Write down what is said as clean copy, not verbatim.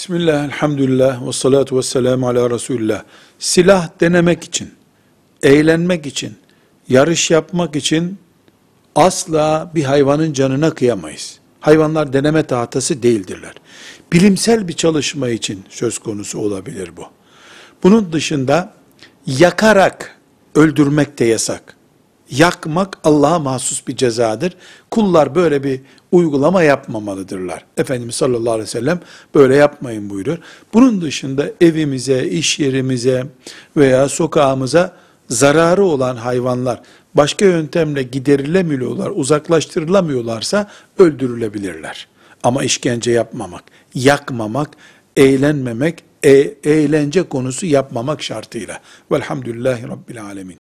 Bismillah, elhamdülillah, ve salatu ve selamu ala Resulullah. Silah denemek için, eğlenmek için, yarış yapmak için asla bir hayvanın canına kıyamayız. Hayvanlar deneme tahtası değildirler. Bilimsel bir çalışma için söz konusu olabilir bu. Bunun dışında yakarak öldürmek de yasak. Yakmak Allah'a mahsus bir cezadır. Kullar böyle bir uygulama yapmamalıdırlar. Efendimiz sallallahu aleyhi ve sellem böyle yapmayın buyuruyor. Bunun dışında evimize, iş yerimize veya sokağımıza zararı olan hayvanlar başka yöntemle giderilemiyorlar, uzaklaştırılamıyorlarsa öldürülebilirler. Ama işkence yapmamak, yakmamak, eğlenmemek, eğlence konusu yapmamak şartıyla. Velhamdülillahi Rabbil Alemin.